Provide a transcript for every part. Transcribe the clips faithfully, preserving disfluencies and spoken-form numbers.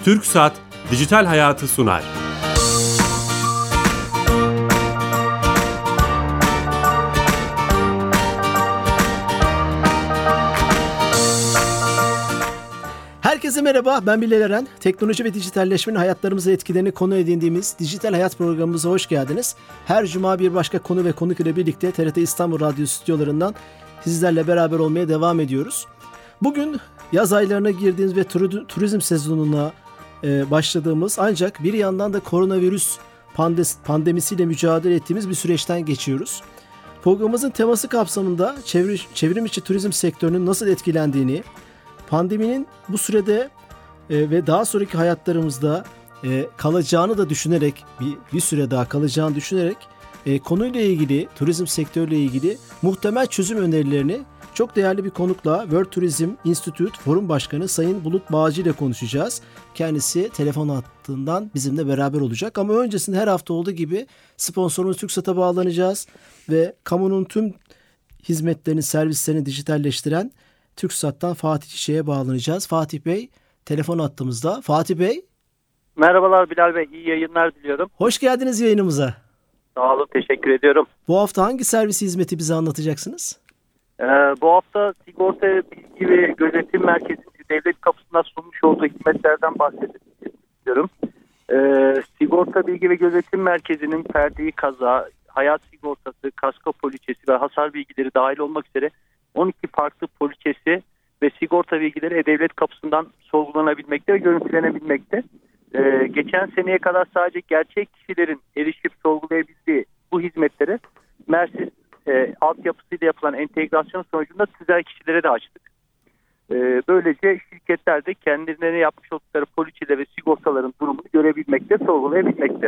TürkSat Dijital Hayatı sunar. Herkese merhaba, ben Bilal Eren. Teknoloji ve dijitalleşmenin hayatlarımıza etkilerini konu edindiğimiz Dijital Hayat programımıza hoş geldiniz. Her cuma bir başka konu ve konuk ile birlikte T R T İstanbul Radyo stüdyolarından sizlerle beraber olmaya devam ediyoruz. Bugün yaz aylarına girdiğimiz ve tur- turizm sezonuna e, başladığımız ancak bir yandan da koronavirüs pandes- pandemisiyle mücadele ettiğimiz bir süreçten geçiyoruz. Programımızın teması kapsamında çevre, çevrim içi turizm sektörünün nasıl etkilendiğini, pandeminin bu sürede e, ve daha sonraki hayatlarımızda e, kalacağını da düşünerek bir, bir süre daha kalacağını düşünerek e, konuyla ilgili, turizm sektörüyle ilgili muhtemel çözüm önerilerini çok değerli bir konukla World Tourism Institute Forum Başkanı Sayın Bulut Bağcı ile konuşacağız. Kendisi telefon hattından bizimle beraber olacak ama öncesinde her hafta olduğu gibi sponsorumuz TürkSat'a bağlanacağız ve kamunun tüm hizmetlerini, servislerini dijitalleştiren TürkSat'tan Fatih Çiçek'e bağlanacağız. Fatih Bey telefon hattımızda. Fatih Bey. Merhabalar Bilal Bey, iyi yayınlar diliyorum. Hoş geldiniz yayınımıza. Sağ olun, teşekkür ediyorum. Bu hafta hangi servis hizmeti bize anlatacaksınız? Ee, bu hafta Sigorta Bilgi ve Gözetim Merkezi devlet kapısında sunmuş olduğu hizmetlerden bahsetmek istiyorum. Ee, Sigorta Bilgi ve Gözetim Merkezi'nin ferdi kaza, hayat sigortası, kasko poliçesi ve hasar bilgileri dahil olmak üzere on iki farklı poliçesi ve sigorta bilgileri E-Devlet kapısından sorgulanabilmekte ve görüntülenebilmekte. Ee, geçen seneye kadar sadece gerçek kişilerin erişip sorgulayabildiği bu hizmetleri Mersiz e, altyapısıyla yapılan entegrasyon sonucunda tüzel kişilere de açtık. Ee, böylece şirketler de kendilerine yapmış oldukları poliçeler ve sigortaların durumunu görebilmekte, sorgulayabilmekte.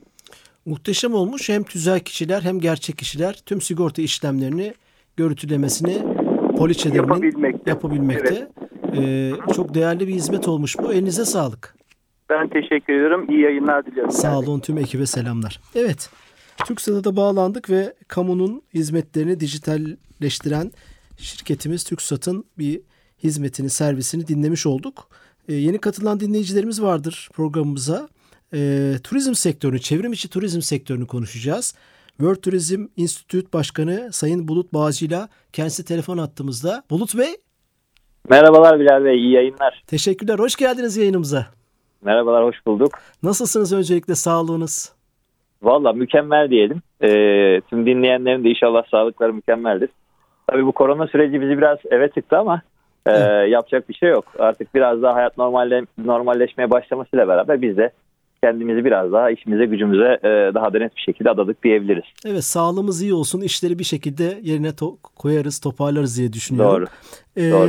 Muhteşem olmuş. Hem tüzel kişiler hem gerçek kişiler tüm sigorta işlemlerini görüntülemesini poliçelerinin yapabilmekte. yapabilmekte. Evet. Ee, çok değerli bir hizmet olmuş bu. Elinize sağlık. Ben teşekkür ediyorum. İyi yayınlar diliyorum. Sağ olun, tüm ekibe selamlar. Evet, TürkSat'a da bağlandık ve kamunun hizmetlerini dijitalleştiren şirketimiz TürkSat'ın bir hizmetini, servisini dinlemiş olduk. Ee, yeni katılan dinleyicilerimiz vardır programımıza. Ee, turizm sektörünü, çevrim içi turizm sektörünü konuşacağız. World Tourism Institute Başkanı Sayın Bulut Bağcı ile kendisi telefon attığımızda. Bulut Bey. Merhabalar Bilal Bey, iyi yayınlar. Teşekkürler, hoş geldiniz yayınımıza. Merhabalar, hoş bulduk. Nasılsınız öncelikle, sağlığınız? Valla mükemmel diyelim. Ee, tüm dinleyenlerin de inşallah sağlıkları mükemmeldir. Tabii bu korona süreci bizi biraz eve tıktı ama e, yapacak bir şey yok. Artık biraz daha hayat normalle, normalleşmeye başlamasıyla beraber biz de kendimizi biraz daha işimize, gücümüze e, daha da net bir şekilde adadık diyebiliriz. Evet, sağlığımız iyi olsun, işleri bir şekilde yerine to- koyarız, toparlarız diye düşünüyorum. Doğru. Ee, Doğru.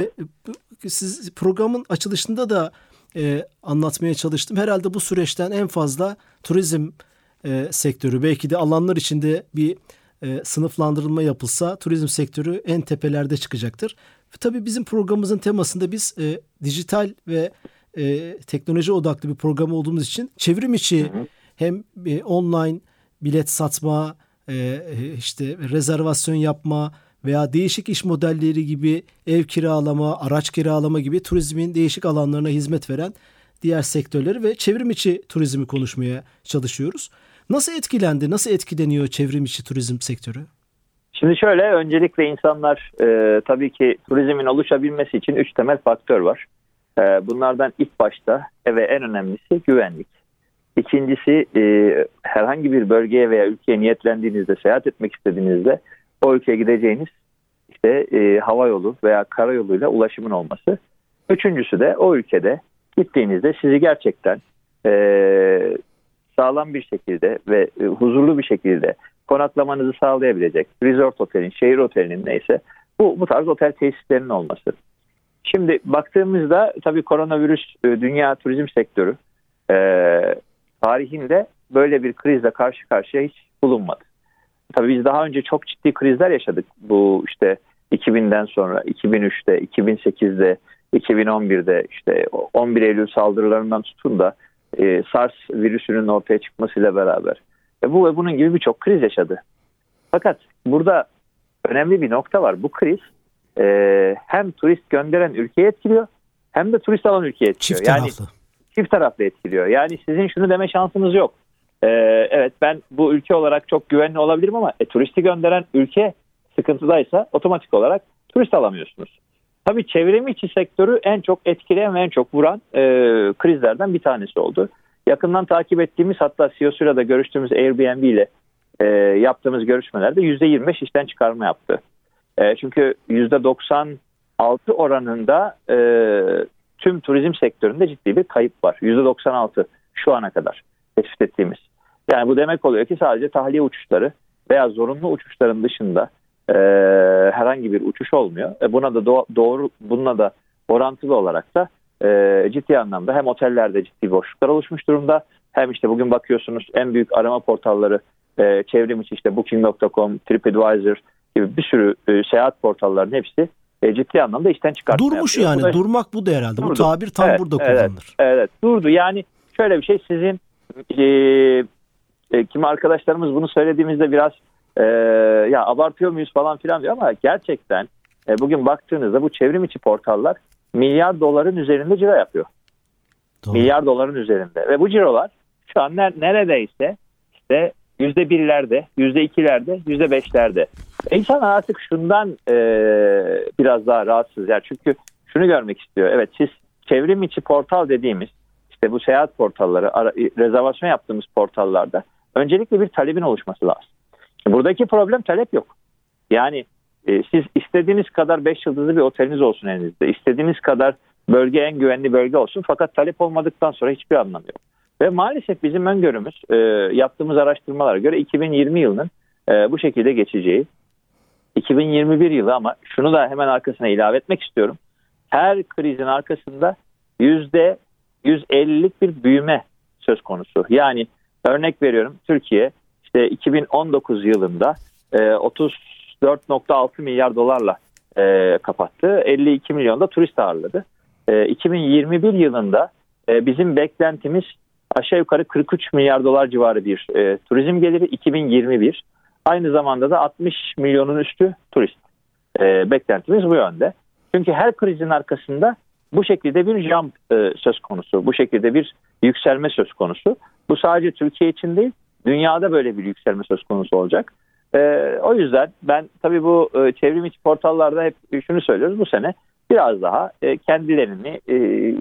Siz programın açılışında da e, anlatmaya çalıştım. Herhalde bu süreçten en fazla turizm e, sektörü, belki de alanlar içinde bir e, sınıflandırılma yapılsa turizm sektörü en tepelerde çıkacaktır. Tabii bizim programımızın temasında biz e, dijital ve e, teknoloji odaklı bir program olduğumuz için çevrim içi hı hı. hem e, online bilet satma, e, işte rezervasyon yapma veya değişik iş modelleri gibi ev kiralama, araç kiralama gibi turizmin değişik alanlarına hizmet veren diğer sektörleri ve çevrim içi turizmi konuşmaya çalışıyoruz. Nasıl etkilendi, nasıl etkileniyor çevrim içi turizm sektörü? Şimdi şöyle, öncelikle insanlar e, tabii ki turizmin oluşabilmesi için üç temel faktör var. E, bunlardan ilk başta ve en önemlisi güvenlik. İkincisi e, herhangi bir bölgeye veya ülkeye niyetlendiğinizde, seyahat etmek istediğinizde o ülkeye gideceğiniz işte e, hava yolu veya karayoluyla ulaşımın olması. Üçüncüsü de o ülkede gittiğinizde sizi gerçekten e, sağlam bir şekilde ve e, huzurlu bir şekilde konaklamanızı sağlayabilecek resort otelin, şehir otelinin neyse bu, bu tarz otel tesislerinin olması. Şimdi baktığımızda tabii koronavirüs e, dünya turizm sektörü e, tarihinde böyle bir krizle karşı karşıya hiç bulunmadı. Tabii biz daha önce çok ciddi krizler yaşadık. Bu işte iki binden sonra, iki bin üçte, iki bin sekizde, iki bin on birde işte on bir Eylül saldırılarından tutun da e, SARS virüsünün ortaya çıkmasıyla beraber. E bu ve bunun gibi birçok kriz yaşadı. Fakat burada önemli bir nokta var. Bu kriz e, hem turist gönderen ülkeyi etkiliyor hem de turist alan ülkeyi etkiliyor. Çift taraflı. Yani çift taraflı etkiliyor. Yani sizin şunu deme şansınız yok. Ee, evet ben bu ülke olarak çok güvenli olabilirim ama e, turisti gönderen ülke sıkıntıdaysa otomatik olarak turist alamıyorsunuz. Tabii çevrim içi sektörü en çok etkileyen ve en çok vuran e, krizlerden bir tanesi oldu. Yakından takip ettiğimiz, hatta C E O'suyla da görüştüğümüz Airbnb ile e, yaptığımız görüşmelerde yüzde yirmi beş işten çıkarma yaptı. E, çünkü yüzde doksan altı oranında e, tüm turizm sektöründe ciddi bir kayıp var. yüzde doksan altı şu ana kadar tespit ettiğimiz. Yani bu demek oluyor ki sadece tahliye uçuşları veya zorunlu uçuşların dışında e, herhangi bir uçuş olmuyor. E, buna da do- doğru, bununla da orantılı olarak da e, ciddi anlamda hem otellerde ciddi boşluklar oluşmuş durumda, hem işte bugün bakıyorsunuz en büyük arama portalları e, çevrim içi işte booking nokta com, TripAdvisor gibi bir sürü e, seyahat portallarının hepsi e, ciddi anlamda işten çıkartma Durmuş yapıyor. yani Bu da, durmak bu da herhalde. durdu. Bu tabir tam evet, burada evet, kullanılır. Evet durdu yani şöyle bir şey, sizin e, e, kimi arkadaşlarımız bunu söylediğimizde biraz e, ya abartıyor muyuz falan filan diyor ama gerçekten e, bugün baktığınızda bu çevrim içi portallar milyar doların üzerinde ciro yapıyor. Doğru. Milyar doların üzerinde ve bu cirolar şu an neredeyse işte yüzde birlerde, yüzde ikilerde, yüzde beşlerde. İnsanlar artık şundan e, biraz daha rahatsız. Yani çünkü şunu görmek istiyor. Evet, siz çevrim içi portal dediğimiz işte bu seyahat portalları, ara, rezervasyon yaptığımız portallarda öncelikle bir talebin oluşması lazım. Buradaki problem talep yok. Yani e, siz istediğiniz kadar beş yıldızlı bir oteliniz olsun elinizde. İstediğiniz kadar bölge en güvenli bölge olsun. Fakat talep olmadıktan sonra hiçbir anlamı yok. Ve maalesef bizim öngörümüz e, yaptığımız araştırmalara göre iki bin yirmi yılının e, bu şekilde geçeceği. iki bin yirmi bir yılı, ama şunu da hemen arkasına ilave etmek istiyorum. Her krizin arkasında yüzde yüz ellilik bir büyüme söz konusu. Yani örnek veriyorum, Türkiye işte iki bin on dokuz yılında e, otuz dört nokta altı milyar dolarla e, kapattı. elli iki milyon da turist ağırladı. E, iki bin yirmi bir yılında e, bizim beklentimiz aşağı yukarı kırk üç milyar dolar civarı bir e, turizm geliri iki bin yirmi bir. Aynı zamanda da altmış milyonun üstü turist. E, beklentimiz bu yönde. Çünkü her krizin arkasında bu şekilde bir jump e, söz konusu. Bu şekilde bir yükselme söz konusu. Bu sadece Türkiye için değil, dünyada böyle bir yükselme söz konusu olacak. E, o yüzden ben tabii bu e, çevrim içi portallarda hep şunu söylüyoruz. Bu sene biraz daha e, kendilerini e,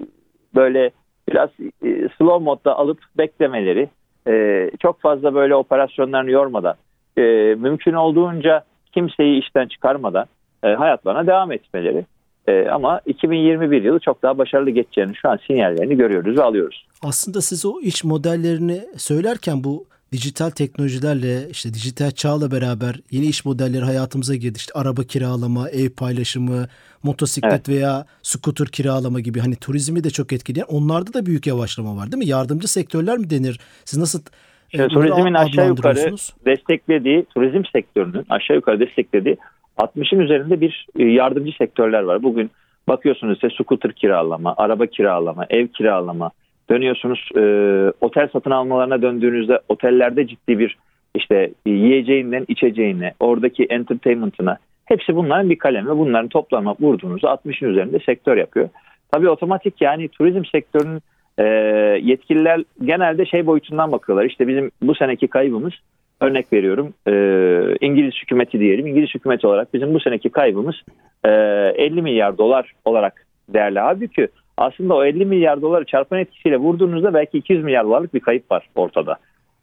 böyle biraz e, slow modda alıp beklemeleri, e, çok fazla böyle operasyonlarını yormadan, e, mümkün olduğunca kimseyi işten çıkarmadan e, hayatlarına devam etmeleri. E, ama iki bin yirmi bir yılı çok daha başarılı geçeceğini şu an sinyallerini görüyoruz ve alıyoruz. Aslında siz o iş modellerini söylerken bu dijital teknolojilerle, işte dijital çağla beraber yeni iş modelleri hayatımıza girdi. İşte araba kiralama, ev paylaşımı, motosiklet evet. veya scooter kiralama gibi, hani turizmi de çok etkileyen, onlarda da büyük yavaşlama var değil mi? Yardımcı sektörler mi denir? Siz nasıl e, turizmin aşağı yukarı desteklediği, turizm sektörünün aşağı yukarı desteklediği altmışın üzerinde bir yardımcı sektörler var. Bugün bakıyorsunuz işte scooter kiralama, araba kiralama, ev kiralama, dönüyorsunuz e, otel satın almalarına döndüğünüzde otellerde ciddi bir işte yiyeceğinden içeceğine, oradaki entertainment'ına, hepsi bunların bir kalemi ve bunların toplamına vurduğunuzda altmışın üzerinde sektör yapıyor. Tabii otomatik, yani turizm sektörünün e, yetkililer genelde şey boyutundan bakıyorlar. İşte bizim bu seneki kaybımız, örnek veriyorum e, İngiliz hükümeti diyelim. İngiliz hükümeti olarak bizim bu seneki kaybımız e, elli milyar dolar olarak değerli. Halbuki aslında o elli milyar doları çarpan etkisiyle vurduğunuzda belki iki yüz milyar dolarlık bir kayıp var ortada.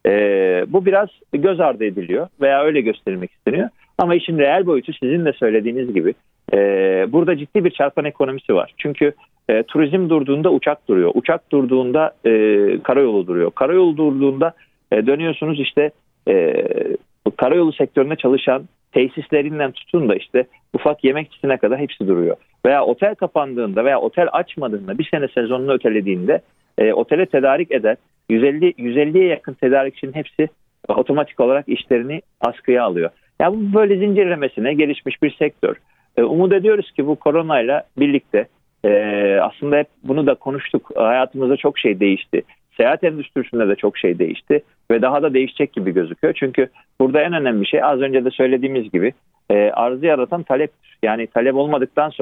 Ee, bu biraz göz ardı ediliyor veya öyle gösterilmek isteniyor. Ama işin reel boyutu sizin de söylediğiniz gibi e, burada ciddi bir çarpan ekonomisi var. Çünkü e, turizm durduğunda uçak duruyor. Uçak durduğunda e, karayolu duruyor. Karayolu durduğunda e, dönüyorsunuz işte e, karayolu sektöründe çalışan tesislerinden tutun da işte ufak yemekçisine kadar hepsi duruyor. Veya otel kapandığında veya otel açmadığında, bir sene sezonunu ötelediğinde e, otele tedarik eden yüz elli yüz elliye yakın tedarikçinin hepsi otomatik olarak işlerini askıya alıyor. Yani bu böyle zincirlemesine gelişmiş bir sektör. E, umut ediyoruz ki bu koronayla birlikte e, aslında hep bunu da konuştuk. Hayatımızda çok şey değişti. Seyahat endüstrisinde de çok şey değişti ve daha da değişecek gibi gözüküyor. Çünkü burada en önemli şey, az önce de söylediğimiz gibi, e, arzı yaratan talep. Yani talep olmadıktan sonra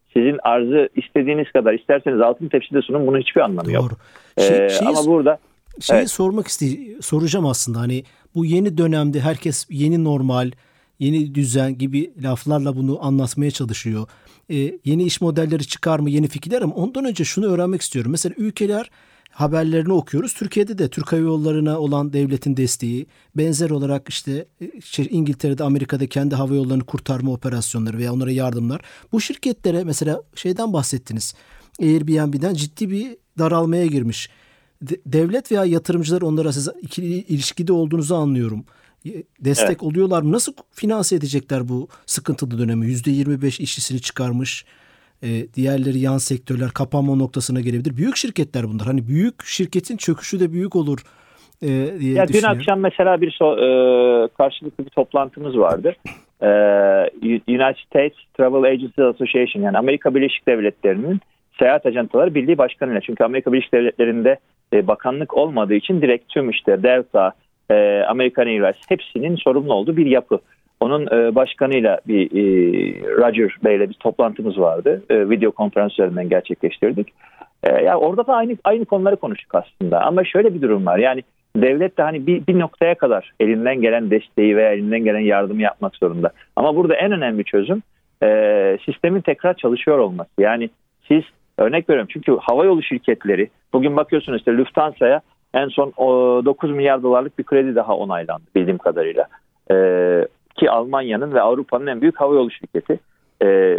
Sizin arzı istediğiniz kadar isterseniz altın tepside sunun, bunun hiçbir anlamı Doğru. yok. Şey, Ee, şeyi, ama burada şeyi evet. sormak isteyeceğim, soracağım aslında. Hani bu yeni dönemde herkes yeni normal, yeni düzen gibi laflarla bunu anlatmaya çalışıyor. Ee, yeni iş modelleri çıkar mı, yeni fikirler, ama ondan önce şunu öğrenmek istiyorum. Mesela ülkeler haberlerini okuyoruz. Türkiye'de de Türk Hava Yolları'na olan devletin desteği, benzer olarak işte İngiltere'de, Amerika'da kendi hava yollarını kurtarma operasyonları veya onlara yardımlar. Bu şirketlere mesela şeyden bahsettiniz. Airbnb'den ciddi bir daralmaya girmiş. Devlet veya yatırımcılar onlara, siz ikili ilişkide olduğunuzu anlıyorum, destek evet. oluyorlar mı? Nasıl finanse edecekler bu sıkıntılı dönemi? yüzde yirmi beş işçisini çıkarmış. E, diğerleri yan sektörler kapanma noktasına gelebilir. Büyük şirketler bunlar. Hani büyük şirketin çöküşü de büyük olur e, diye ya düşünüyorum. Dün akşam mesela bir so, e, karşılıklı bir toplantımız vardı. E, United States Travel Agencies Association, yani Amerika Birleşik Devletleri'nin Seyahat Ajantaları Birliği Başkanı'yla. Çünkü Amerika Birleşik Devletleri'nde e, bakanlık olmadığı için direkt tüm işte Delta, e, American Airlines hepsinin sorumlu olduğu bir yapı. Onun e, başkanıyla bir e, Roger Bey'le bir toplantımız vardı. E, video konferans üzerinden gerçekleştirdik. E, yani orada da aynı aynı konuları konuştuk aslında. Ama şöyle bir durum var. Yani devlet de hani bir, bir noktaya kadar elinden gelen desteği veya elinden gelen yardımı yapmak zorunda. Ama burada en önemli çözüm e, sistemin tekrar çalışıyor olması. Yani siz, örnek veriyorum, çünkü havayolu şirketleri bugün bakıyorsunuz işte Lufthansa'ya en son o, dokuz milyar dolarlık bir kredi daha onaylandı bildiğim kadarıyla. E, ki Almanya'nın ve Avrupa'nın en büyük havayolu şirketi. E,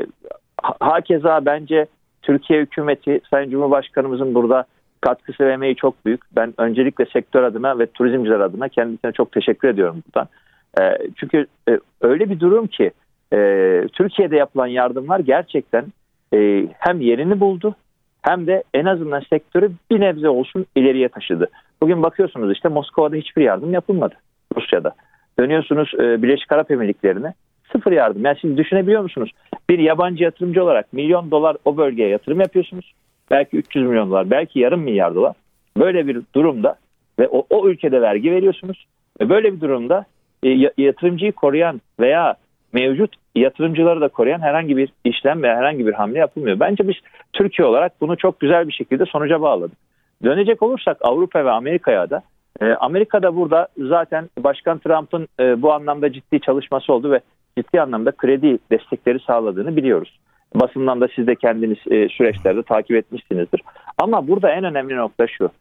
hakeza bence Türkiye hükümeti, Sayın Cumhurbaşkanımızın burada katkısı ve emeği çok büyük. Ben öncelikle sektör adına ve turizmciler adına kendisine çok teşekkür ediyorum buradan. E, çünkü e, öyle bir durum ki e, Türkiye'de yapılan yardımlar gerçekten e, hem yerini buldu hem de en azından sektörü bir nebze olsun ileriye taşıdı. Bugün bakıyorsunuz işte Moskova'da hiçbir yardım yapılmadı, Rusya'da. Dönüyorsunuz e, Birleşik Arap Emirlikleri'ne, sıfır yardım. Yani siz düşünebiliyor musunuz? Bir yabancı yatırımcı olarak milyon dolar o bölgeye yatırım yapıyorsunuz. Belki üç yüz milyon dolar, belki yarım milyar dolar. Böyle bir durumda ve o, o ülkede vergi veriyorsunuz. Ve böyle bir durumda e, yatırımcıyı koruyan veya mevcut yatırımcıları da koruyan herhangi bir işlem veya herhangi bir hamle yapılmıyor. Bence biz Türkiye olarak bunu çok güzel bir şekilde sonuca bağladık. Dönecek olursak Avrupa ve Amerika'ya da, Amerika'da burada zaten Başkan Trump'ın bu anlamda ciddi çalışması oldu ve ciddi anlamda kredi destekleri sağladığını biliyoruz. Basından da siz de kendiniz süreçlerde takip etmişsinizdir. Ama burada en önemli nokta şu.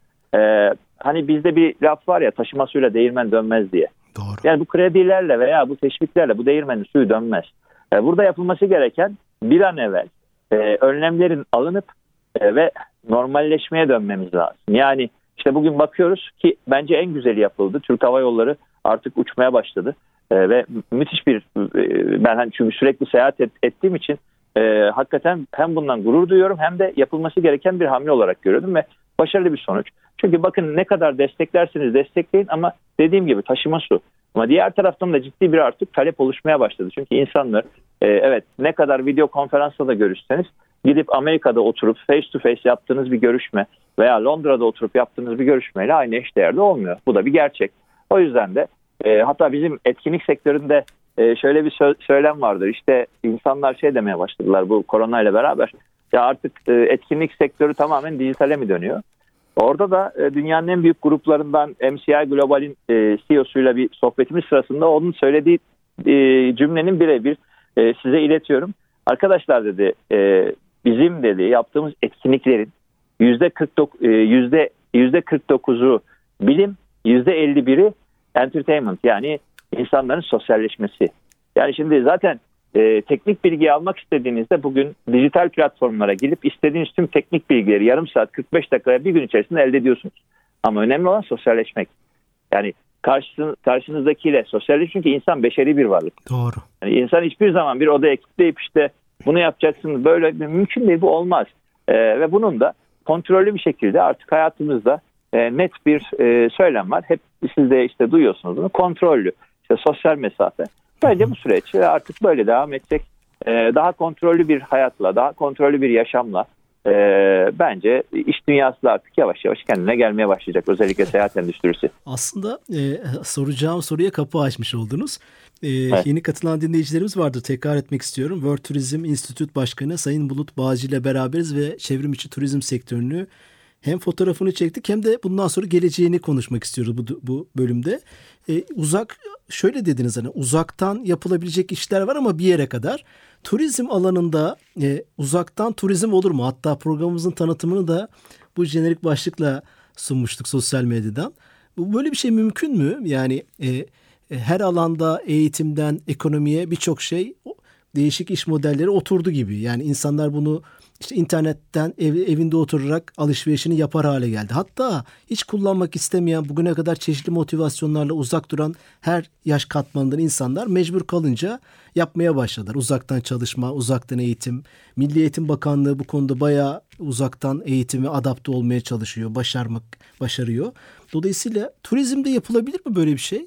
Hani bizde bir laf var ya, taşıma suyla değirmen dönmez diye. Doğru. Yani bu kredilerle veya bu teşviklerle bu değirmenin suyu dönmez. Burada yapılması gereken bir an evvel önlemlerin alınıp ve normalleşmeye dönmemiz lazım. Yani İşte bugün bakıyoruz ki bence en güzeli yapıldı. Türk Hava Yolları artık uçmaya başladı. Ee, ve müthiş bir, e, ben hani çünkü sürekli seyahat et, ettiğim için e, hakikaten hem bundan gurur duyuyorum hem de yapılması gereken bir hamle olarak görüyorum ve başarılı bir sonuç. Çünkü bakın ne kadar desteklerseniz destekleyin ama dediğim gibi taşıma su. Ama diğer taraftan da ciddi bir artık talep oluşmaya başladı. Çünkü insanlar e, evet ne kadar video konferansla da görüşseniz gidip Amerika'da oturup face to face yaptığınız bir görüşme veya Londra'da oturup yaptığınız bir görüşmeyle aynı eşdeğerde olmuyor. Bu da bir gerçek. O yüzden de e, hatta bizim etkinlik sektöründe e, şöyle bir sö- söylem vardır. İşte insanlar şey demeye başladılar bu koronayla beraber. Ya artık e, etkinlik sektörü tamamen dijitale mi dönüyor? Orada da e, dünyanın en büyük gruplarından M C I Global'in e, C E O'suyla bir sohbetimiz sırasında onun söylediği e, cümlenin birebir e, size iletiyorum. Arkadaşlar dedi, e, bizim dedi yaptığımız etkinliklerin yüzde kırk dokuz yüzde yüzde kırk dokuzu bilim, yüzde elli biri entertainment, yani insanların sosyalleşmesi. Yani şimdi zaten e, teknik bilgi almak istediğinizde bugün dijital platformlara girip istediğiniz tüm teknik bilgileri yarım saat kırk beş dakikaya bir gün içerisinde elde ediyorsunuz. Ama önemli olan sosyalleşmek. Yani karşısın, karşınızdakiyle sosyalleşmek, çünkü insan beşeri bir varlık. Doğru. Yani insan hiçbir zaman bir odaya kilitleyip işte bunu yapacaksınız böyle mümkün değil, bu olmaz. E, ve bunun da kontrollü bir şekilde artık hayatımızda e, net bir e, söylem var. Hep siz de işte duyuyorsunuz bunu. Kontrollü, işte sosyal mesafe. Bence bu süreç artık böyle devam edecek. E, daha kontrollü bir hayatla, daha kontrollü bir yaşamla e, bence iş dünyası da artık yavaş yavaş kendine gelmeye başlayacak. Özellikle seyahat endüstrisi. Aslında e, soracağım soruya kapı açmış oldunuz. Ee, evet. Yeni katılan dinleyicilerimiz vardır. Tekrar etmek istiyorum. World Tourism Institute Başkanı Sayın Bulut Bağcı ile beraberiz ve çevrim içi turizm sektörünü hem fotoğrafını çektik hem de bundan sonra geleceğini konuşmak istiyoruz bu, bu bölümde. Ee, uzak şöyle dediniz, hani uzaktan yapılabilecek işler var ama bir yere kadar. Turizm alanında e, uzaktan turizm olur mu? Hatta programımızın tanıtımını da bu jenerik başlıkla sunmuştuk sosyal medyadan. Böyle bir şey mümkün mü? Yani e, her alanda eğitimden ekonomiye birçok şey, değişik iş modelleri oturdu gibi. Yani insanlar bunu işte internetten ev, evinde oturarak alışverişini yapar hale geldi. Hatta hiç kullanmak istemeyen, bugüne kadar çeşitli motivasyonlarla uzak duran her yaş katmanından insanlar mecbur kalınca yapmaya başladılar. Uzaktan çalışma, uzaktan eğitim. Milli Eğitim Bakanlığı bu konuda bayağı uzaktan eğitime adapte olmaya çalışıyor, başarmak, başarıyor. Dolayısıyla turizmde yapılabilir mi böyle bir şey?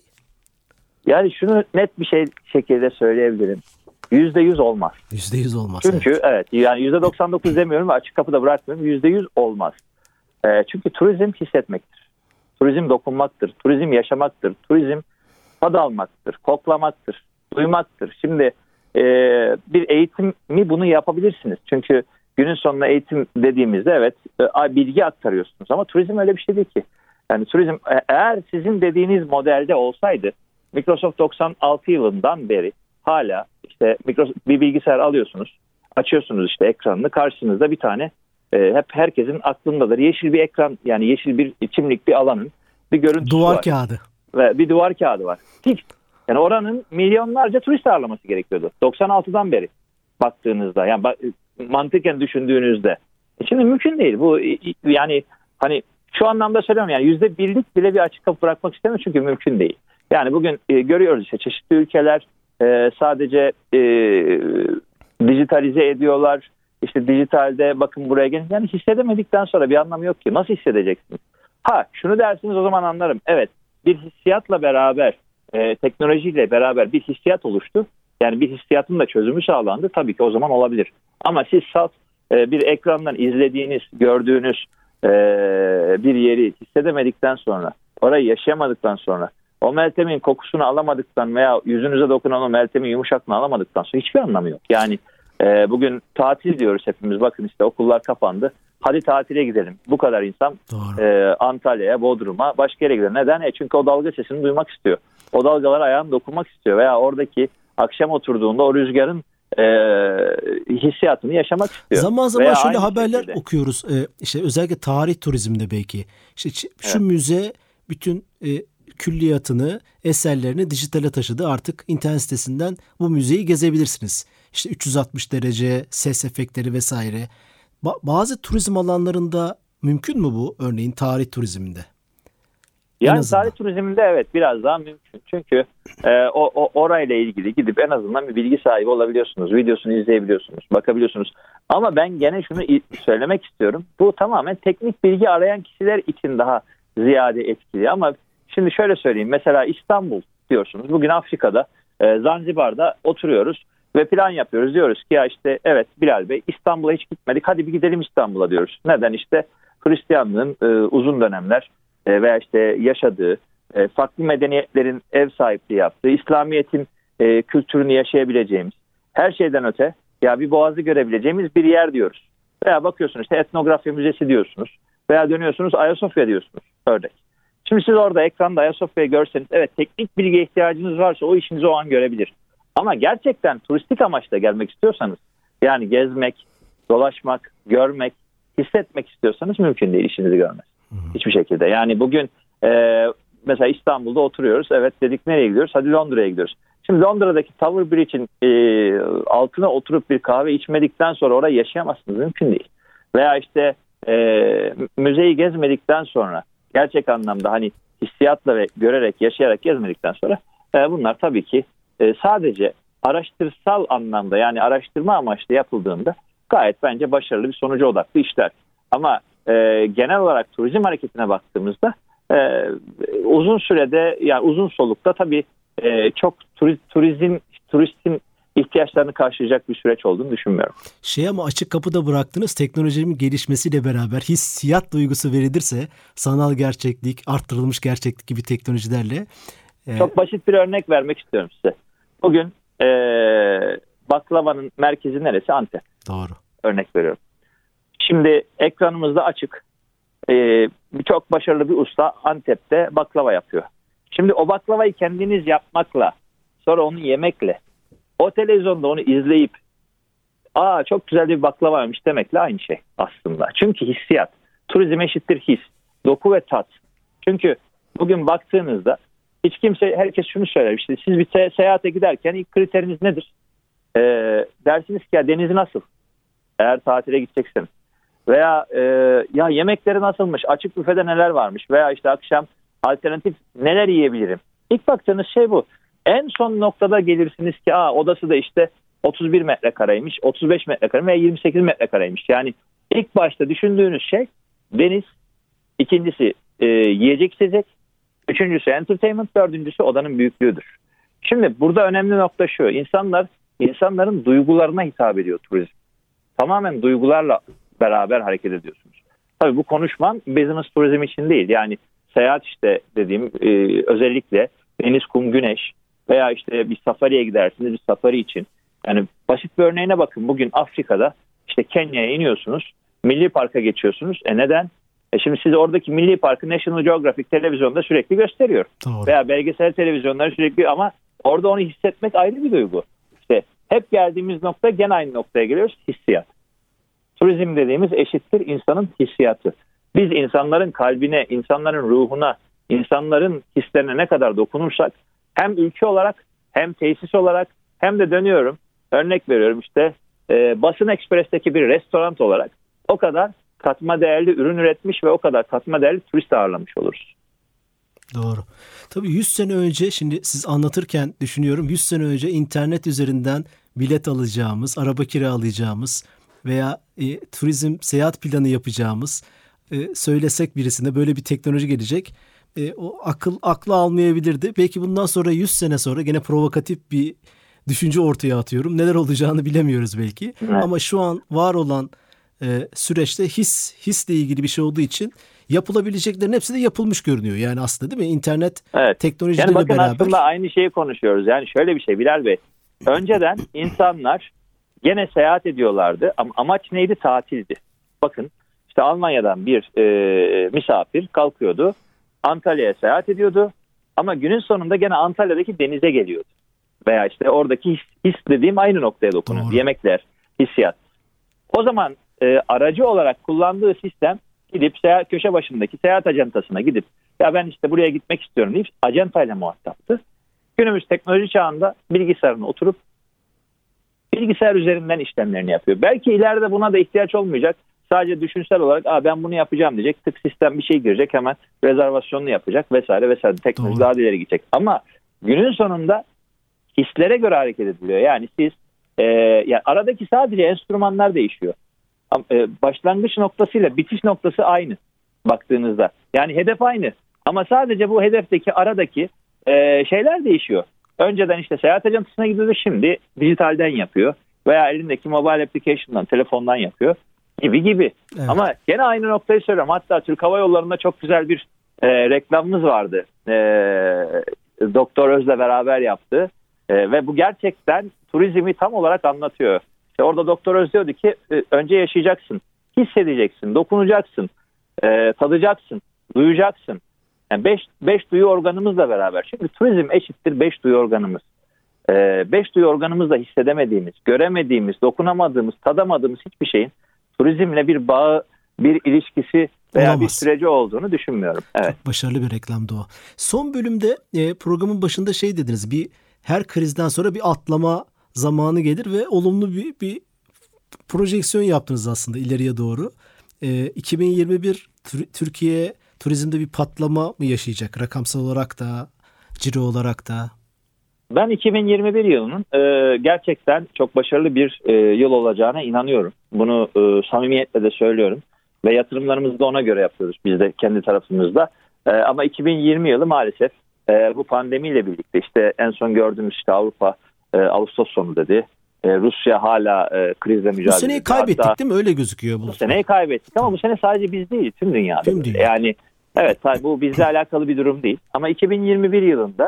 Yani şunu net bir şey şekilde söyleyebilirim. Yüzde yüz olmaz. Yüzde yüz olmaz. Çünkü evet, evet yani yüzde doksan dokuz demiyorum ve açık kapıda bırakmıyorum. Yüzde yüz olmaz. E, çünkü turizm hissetmektir. Turizm dokunmaktır. Turizm yaşamaktır. Turizm tad almaktır. Koklamaktır. Duymaktır. Şimdi e, bir eğitimi bunu yapabilirsiniz. Çünkü günün sonunda eğitim dediğimizde evet e, bilgi aktarıyorsunuz. Ama turizm öyle bir şey değil ki. Yani turizm eğer sizin dediğiniz modelde olsaydı Microsoft doksan altı yılından beri hala işte bir bilgisayar alıyorsunuz, açıyorsunuz işte ekranını, karşınızda bir tane e, hep herkesin aklındadır. Yeşil bir ekran, yani yeşil bir çimlik bir alanın bir görüntüsü duvar var. Duvar kağıdı. Ve bir duvar kağıdı var. Hiç. Yani oranın milyonlarca turist ağırlaması gerekiyordu. doksan altıdan beri baktığınızda, yani mantıken düşündüğünüzde. E şimdi mümkün değil. Bu yani hani şu anlamda söylüyorum, yani yüzde birlik bile bir açık kapı bırakmak istemiyorum çünkü mümkün değil. Yani bugün e, görüyoruz işte çeşitli ülkeler e, sadece e, dijitalize ediyorlar. İşte dijitalde bakın buraya gelin. Yani hissedemedikten sonra bir anlamı yok ki. Nasıl hissedeceksiniz? Ha şunu dersiniz, o zaman anlarım. Evet, bir hissiyatla beraber, e, teknolojiyle beraber bir hissiyat oluştu. Yani bir hissiyatın da çözümü sağlandı. Tabii ki o zaman olabilir. Ama siz salt e, bir ekrandan izlediğiniz, gördüğünüz e, bir yeri hissedemedikten sonra, orayı yaşayamadıktan sonra, o meltemin kokusunu alamadıktan veya yüzünüze dokunan o meltemin yumuşaklığını alamadıktan sonra hiçbir anlamı yok. Yani e, bugün tatil diyoruz hepimiz. Bakın işte okullar kapandı. Hadi tatile gidelim. Bu kadar insan e, Antalya'ya, Bodrum'a, başka yere gider. Neden? E çünkü o dalga sesini duymak istiyor. O dalgalara ayağını dokunmak istiyor. Veya oradaki akşam oturduğunda o rüzgarın e, hissiyatını yaşamak istiyor. Zaman zaman veya şöyle haberler şekilde okuyoruz. Ee, işte özellikle tarih turizminde belki. İşte şu evet, müze bütün e, külliyatını, eserlerini dijitale taşıdı. Artık internet sitesinden bu müzeyi gezebilirsiniz. İşte üç yüz altmış derece, ses efektleri vesaire. Ba- bazı turizm alanlarında mümkün mü bu? Örneğin tarih turizminde. Yani tarih turizminde evet biraz daha mümkün. Çünkü e, o, o orayla ilgili gidip en azından bir bilgi sahibi olabiliyorsunuz. Videosunu izleyebiliyorsunuz, bakabiliyorsunuz. Ama ben gene şunu söylemek istiyorum. Bu tamamen teknik bilgi arayan kişiler için daha ziyade etkili. Ama şimdi şöyle söyleyeyim. Mesela İstanbul diyorsunuz. Bugün Afrika'da, e, Zanzibar'da oturuyoruz ve plan yapıyoruz. Diyoruz ki ya işte evet Bilal Bey, İstanbul'a hiç gitmedik. Hadi bir gidelim İstanbul'a diyoruz. Neden? İşte Hristiyanlığın e, uzun dönemler e, veya işte yaşadığı, e, farklı medeniyetlerin ev sahipliği yaptığı, İslamiyet'in e, kültürünü yaşayabileceğimiz, her şeyden öte ya bir boğazı görebileceğimiz bir yer diyoruz. Veya bakıyorsunuz işte etnografya müzesi diyorsunuz. Veya dönüyorsunuz Ayasofya diyorsunuz örnek. Şimdi siz orada ekranda Ayasofya'yı görseniz evet teknik bilgiye ihtiyacınız varsa o işinizi o an görebilir. Ama gerçekten turistik amaçla gelmek istiyorsanız, yani gezmek, dolaşmak, görmek, hissetmek istiyorsanız mümkün değil, işinizi görmez. Hiçbir şekilde. Yani bugün e, mesela İstanbul'da oturuyoruz. Evet dedik, nereye gidiyoruz? Hadi Londra'ya gidiyoruz. Şimdi Londra'daki Tower Bridge'in e, altına oturup bir kahve içmedikten sonra orayı yaşayamazsınız. Mümkün değil. Veya işte e, müzeyi gezmedikten sonra, gerçek anlamda hani hissiyatla ve görerek, yaşayarak gezmedikten sonra e, bunlar tabii ki e, sadece araştırsal anlamda, yani araştırma amaçlı yapıldığında gayet bence başarılı bir sonuca odaklı işler. Ama e, genel olarak turizm hareketine baktığımızda e, uzun sürede, yani uzun solukta tabii e, çok turiz, turizm turistin ihtiyaçlarını karşılayacak bir süreç olduğunu düşünmüyorum. Şey ama açık kapıda bıraktınız, teknolojinin gelişmesiyle beraber hissiyat duygusu verilirse, sanal gerçeklik, arttırılmış gerçeklik gibi teknolojilerle. E... Çok basit bir örnek vermek istiyorum size. Bugün e, baklavanın merkezi neresi? Antep. Doğru. Örnek veriyorum. Şimdi ekranımızda açık. Ee, çok başarılı bir usta Antep'te baklava yapıyor. Şimdi o baklavayı kendiniz yapmakla, sonra onu yemekle, o televizyonda onu izleyip aa çok güzel bir baklavaymış demekle aynı şey aslında. Çünkü hissiyat. Turizm eşittir his. Doku ve tat. Çünkü bugün baktığınızda hiç kimse, herkes şunu söyler. İşte siz bir se- seyahate giderken ilk kriteriniz nedir? Ee, dersiniz ki ya denizi nasıl? Eğer tatile gideceksiniz. Veya e, ya yemekleri nasılmış? Açık büfede neler varmış? Veya işte akşam alternatif neler yiyebilirim? İlk baktığınız şey bu. En son noktada gelirsiniz ki aa odası da işte otuz bir metrekareymiş, otuz beş metrekare veya yirmi sekiz metrekareymiş. Yani ilk başta düşündüğünüz şey deniz, ikincisi e, yiyecek içecek, üçüncüsü entertainment, dördüncüsü odanın büyüklüğüdür. Şimdi burada önemli nokta şu. İnsanlar, insanların duygularına hitap ediyor turizm. Tamamen duygularla beraber hareket ediyorsunuz. Tabii bu konuşmam business turizm için değil. Yani seyahat işte dediğim e, özellikle deniz, kum, güneş veya işte bir safariye gidersiniz bir safari için. Yani basit bir örneğine bakın. Bugün Afrika'da işte Kenya'ya iniyorsunuz. Milli Park'a geçiyorsunuz. E neden? E şimdi siz oradaki Milli Park'ı National Geographic televizyonda sürekli gösteriyor. Doğru. Veya belgesel televizyonları sürekli, ama orada onu hissetmek ayrı bir duygu. İşte hep geldiğimiz nokta gene aynı noktaya geliyoruz. Hissiyat. Turizm dediğimiz eşittir insanın hissiyatı. Biz insanların kalbine, insanların ruhuna, insanların hislerine ne kadar dokunursak hem ülke olarak hem tesis olarak hem de dönüyorum, örnek veriyorum işte e, Basın Ekspres'teki bir restoran olarak o kadar katma değerli ürün üretmiş ve o kadar katma değerli turist ağırlamış oluruz. Doğru. Tabii yüz sene önce, şimdi siz anlatırken düşünüyorum, yüz sene önce internet üzerinden bilet alacağımız, araba kiralayacağımız veya e, turizm seyahat planı yapacağımız, e, söylesek birisine böyle bir teknoloji gelecek, e, o akıl aklı almayabilirdi. Belki bundan sonra yüz sene sonra gene provokatif bir düşünce ortaya atıyorum. Neler olacağını bilemiyoruz belki. Evet. Ama şu an var olan e, süreçte his hisle ilgili bir şey olduğu için yapılabileceklerin hepsi de yapılmış görünüyor. Yani aslında değil mi? İnternet evet. teknolojileriyle yani bakın beraber. Aslında aynı şeyi konuşuyoruz. Yani şöyle bir şey Bilal Bey. Önceden insanlar gene seyahat ediyorlardı ama amaç neydi? Tatildi. Bakın işte Almanya'dan bir e, misafir kalkıyordu. Antalya'ya seyahat ediyordu. Ama günün sonunda gene Antalya'daki denize geliyordu. Veya işte oradaki his, his dediğim aynı noktaya dokunuyor. Doğru. Yemekler, hissiyat. O zaman e, aracı olarak kullandığı sistem gidip seyahat, köşe başındaki seyahat ajantasına gidip ya ben işte buraya gitmek istiyorum deyip ajantayla muhataptı. Günümüz teknoloji çağında bilgisayarına oturup bilgisayar üzerinden işlemlerini yapıyor. Belki ileride buna da ihtiyaç olmayacak. Sadece düşünsel olarak Aa, ben bunu yapacağım diyecek. Tık sistem bir şey girecek, hemen rezervasyonunu yapacak vesaire vesaire. Teknoloji daha ileri gidecek. Ama günün sonunda hislere göre hareket ediliyor. Yani siz e, yani aradaki sadece enstrümanlar değişiyor. E, başlangıç noktasıyla bitiş noktası aynı baktığınızda. Yani hedef aynı. Ama sadece bu hedefteki aradaki e, şeyler değişiyor. Önceden işte seyahat ajantasına gidiyordu, şimdi dijitalden yapıyor. Veya elindeki mobile application'dan, telefondan yapıyor. Gibi gibi. Evet. Ama gene aynı noktayı söylüyorum. Hatta Türk Hava Yolları'nda çok güzel bir e, reklamımız vardı. E, Doktor Öz'le beraber yaptı. E, ve bu gerçekten turizmi tam olarak anlatıyor. İşte orada Doktor Öz diyordu ki e, önce yaşayacaksın, hissedeceksin, dokunacaksın, e, tadacaksın, duyacaksın. Yani beş, beş duyu organımızla beraber. Şimdi turizm eşittir beş duyu organımız. E, beş duyu organımızla hissedemediğimiz, göremediğimiz, dokunamadığımız, tadamadığımız hiçbir şeyin turizmle bir bağı, bir ilişkisi veya Olamaz. bir süreci olduğunu düşünmüyorum. Evet. Çok başarılı bir reklamdı o. Son bölümde e, programın başında şey dediniz, bir her krizden sonra bir atlama zamanı gelir ve olumlu bir, bir projeksiyon yaptınız aslında ileriye doğru. E, iki bin yirmi bir Türkiye turizmde bir patlama mı yaşayacak? Rakamsal olarak da, ciro olarak da. Ben iki bin yirmi bir yılının e, gerçekten çok başarılı bir e, yıl olacağına inanıyorum. Bunu e, samimiyetle de söylüyorum. Ve yatırımlarımızı da ona göre yapıyoruz biz de kendi tarafımızda. E, ama iki bin yirmi yılı maalesef e, bu pandemiyle birlikte işte en son gördüğümüz işte Avrupa e, Ağustos sonu dedi. E, Rusya hala e, krizle mücadele ediyor. Bu seneyi kaybettik Hatta, değil mi? Öyle gözüküyor. Bu, bu seneyi kaybettik ama bu sene sadece biz değil, tüm dünyada. Tüm dünya. Yani evet, bu bizle alakalı bir durum değil. Ama iki bin yirmi bir yılında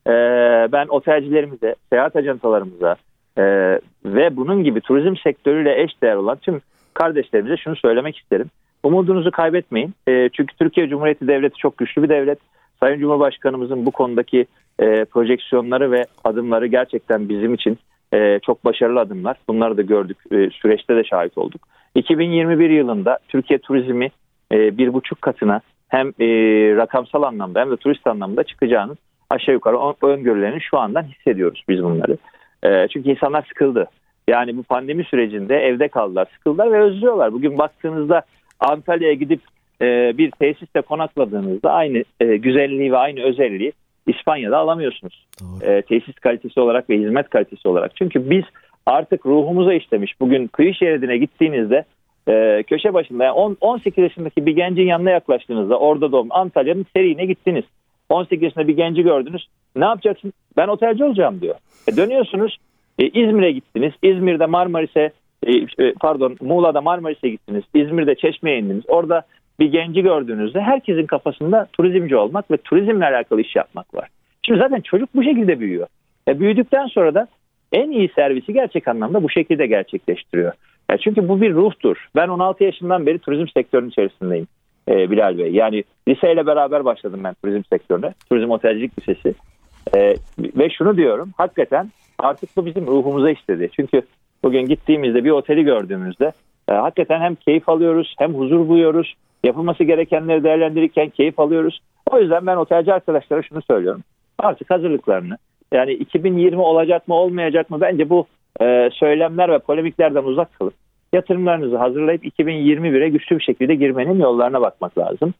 e, ben otelcilerimize, seyahat ajantalarımıza e, ve bunun gibi turizm sektörüyle eşdeğer olan tüm kardeşlerimize şunu söylemek isterim. Umudunuzu kaybetmeyin. E, çünkü Türkiye Cumhuriyeti Devleti çok güçlü bir devlet. Sayın Cumhurbaşkanımızın bu konudaki e, projeksiyonları ve adımları gerçekten bizim için e, çok başarılı adımlar. Bunları da gördük. E, süreçte de şahit olduk. iki bin yirmi bir yılında Türkiye turizmi e, bir buçuk katına hem e, rakamsal anlamda hem de turist anlamda çıkacağını aşağı yukarı öngörülerini şu andan hissediyoruz biz bunları. E, çünkü insanlar sıkıldı. Yani bu pandemi sürecinde evde kaldılar, sıkıldılar ve özlüyorlar. Bugün baktığınızda Antalya'ya gidip e, bir tesiste konakladığınızda aynı e, güzelliği ve aynı özelliği İspanya'da alamıyorsunuz. E, tesis kalitesi olarak ve hizmet kalitesi olarak. Çünkü biz artık ruhumuza işlemiş. Bugün kıyı şeridine gittiğinizde e, köşe başında yani on sekiz yaşındaki bir gencin yanına yaklaştığınızda orada doğum Antalya'nın seriğine gittiniz. on sekiz yaşında bir genci gördünüz. Ne yapacaksın? Ben otelci olacağım diyor. E, dönüyorsunuz. E, İzmir'e gittiniz. İzmir'de Marmaris'e e, pardon Muğla'da Marmaris'e gittiniz. İzmir'de Çeşme'ye indiniz. Orada bir genci gördüğünüzde herkesin kafasında turizmci olmak ve turizmle alakalı iş yapmak var. Şimdi zaten çocuk bu şekilde büyüyor. E, büyüdükten sonra da en iyi servisi gerçek anlamda bu şekilde gerçekleştiriyor. E, çünkü bu bir ruhtur. Ben on altı yaşından beri turizm sektörünün içerisindeyim e, Bilal Bey. Yani liseyle beraber başladım ben turizm sektörüne. Turizm Otelcilik Lisesi. E, ve şunu diyorum, hakikaten artık bu bizim ruhumuza işledi. Çünkü bugün gittiğimizde bir oteli gördüğümüzde e, hakikaten hem keyif alıyoruz hem huzur buluyoruz. Yapılması gerekenleri değerlendirirken keyif alıyoruz. O yüzden ben otelci arkadaşlara şunu söylüyorum. Artık hazırlıklarını yani iki bin yirmi olacak mı olmayacak mı bence bu e, söylemler ve polemiklerden uzak kalıp yatırımlarınızı hazırlayıp iki bin yirmi bire güçlü bir şekilde girmenin yollarına bakmak lazım.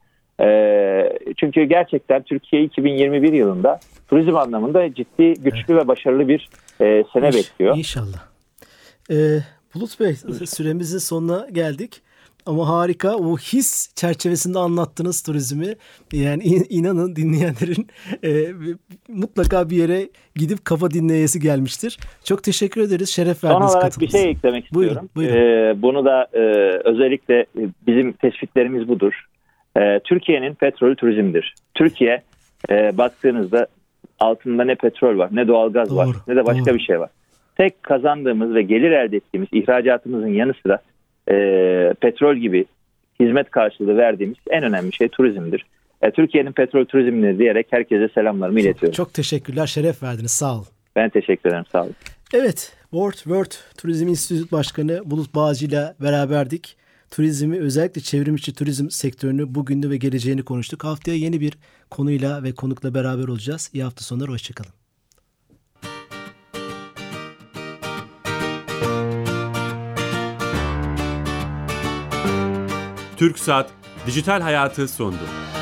E, çünkü gerçekten Türkiye iki bin yirmi bir yılında turizm anlamında ciddi, güçlü ve başarılı bir e, sene İş, bekliyor. İnşallah. Ee, Bulut Bey, süremizin sonuna geldik. Ama harika, o his çerçevesinde anlattınız turizmi. Yani in, inanın dinleyenlerin e, mutlaka bir yere gidip kafa dinleyesi gelmiştir. Çok teşekkür ederiz. Şeref verdiniz. Son olarak bir şey eklemek istiyorum. Buyurun, buyurun. Ee, bunu da e, özellikle bizim tespitlerimiz budur. E, Türkiye'nin petrolü turizmdir. Türkiye e, baktığınızda altında ne petrol var, ne doğalgaz doğru, var, ne de başka doğru. bir şey var. Tek kazandığımız ve gelir elde ettiğimiz ihracatımızın yanı sıra E, petrol gibi hizmet karşılığı verdiğimiz en önemli şey turizmdir. E, Türkiye'nin petrol turizmini diyerek herkese selamlarımı iletiyorum. Çok teşekkürler, şeref verdiniz, sağ olun. Ben teşekkür ederim, sağ olun. Evet, World World Turizm Enstitüsü Başkanı Bulut Bağcı ile beraberdik. Turizmi, özellikle çevrimiçi turizm sektörünü, bugünü ve geleceğini konuştuk. Haftaya yeni bir konuyla ve konukla beraber olacağız. İyi hafta sonları, hoşçakalın. TürkSat Dijital Hayatı sundu.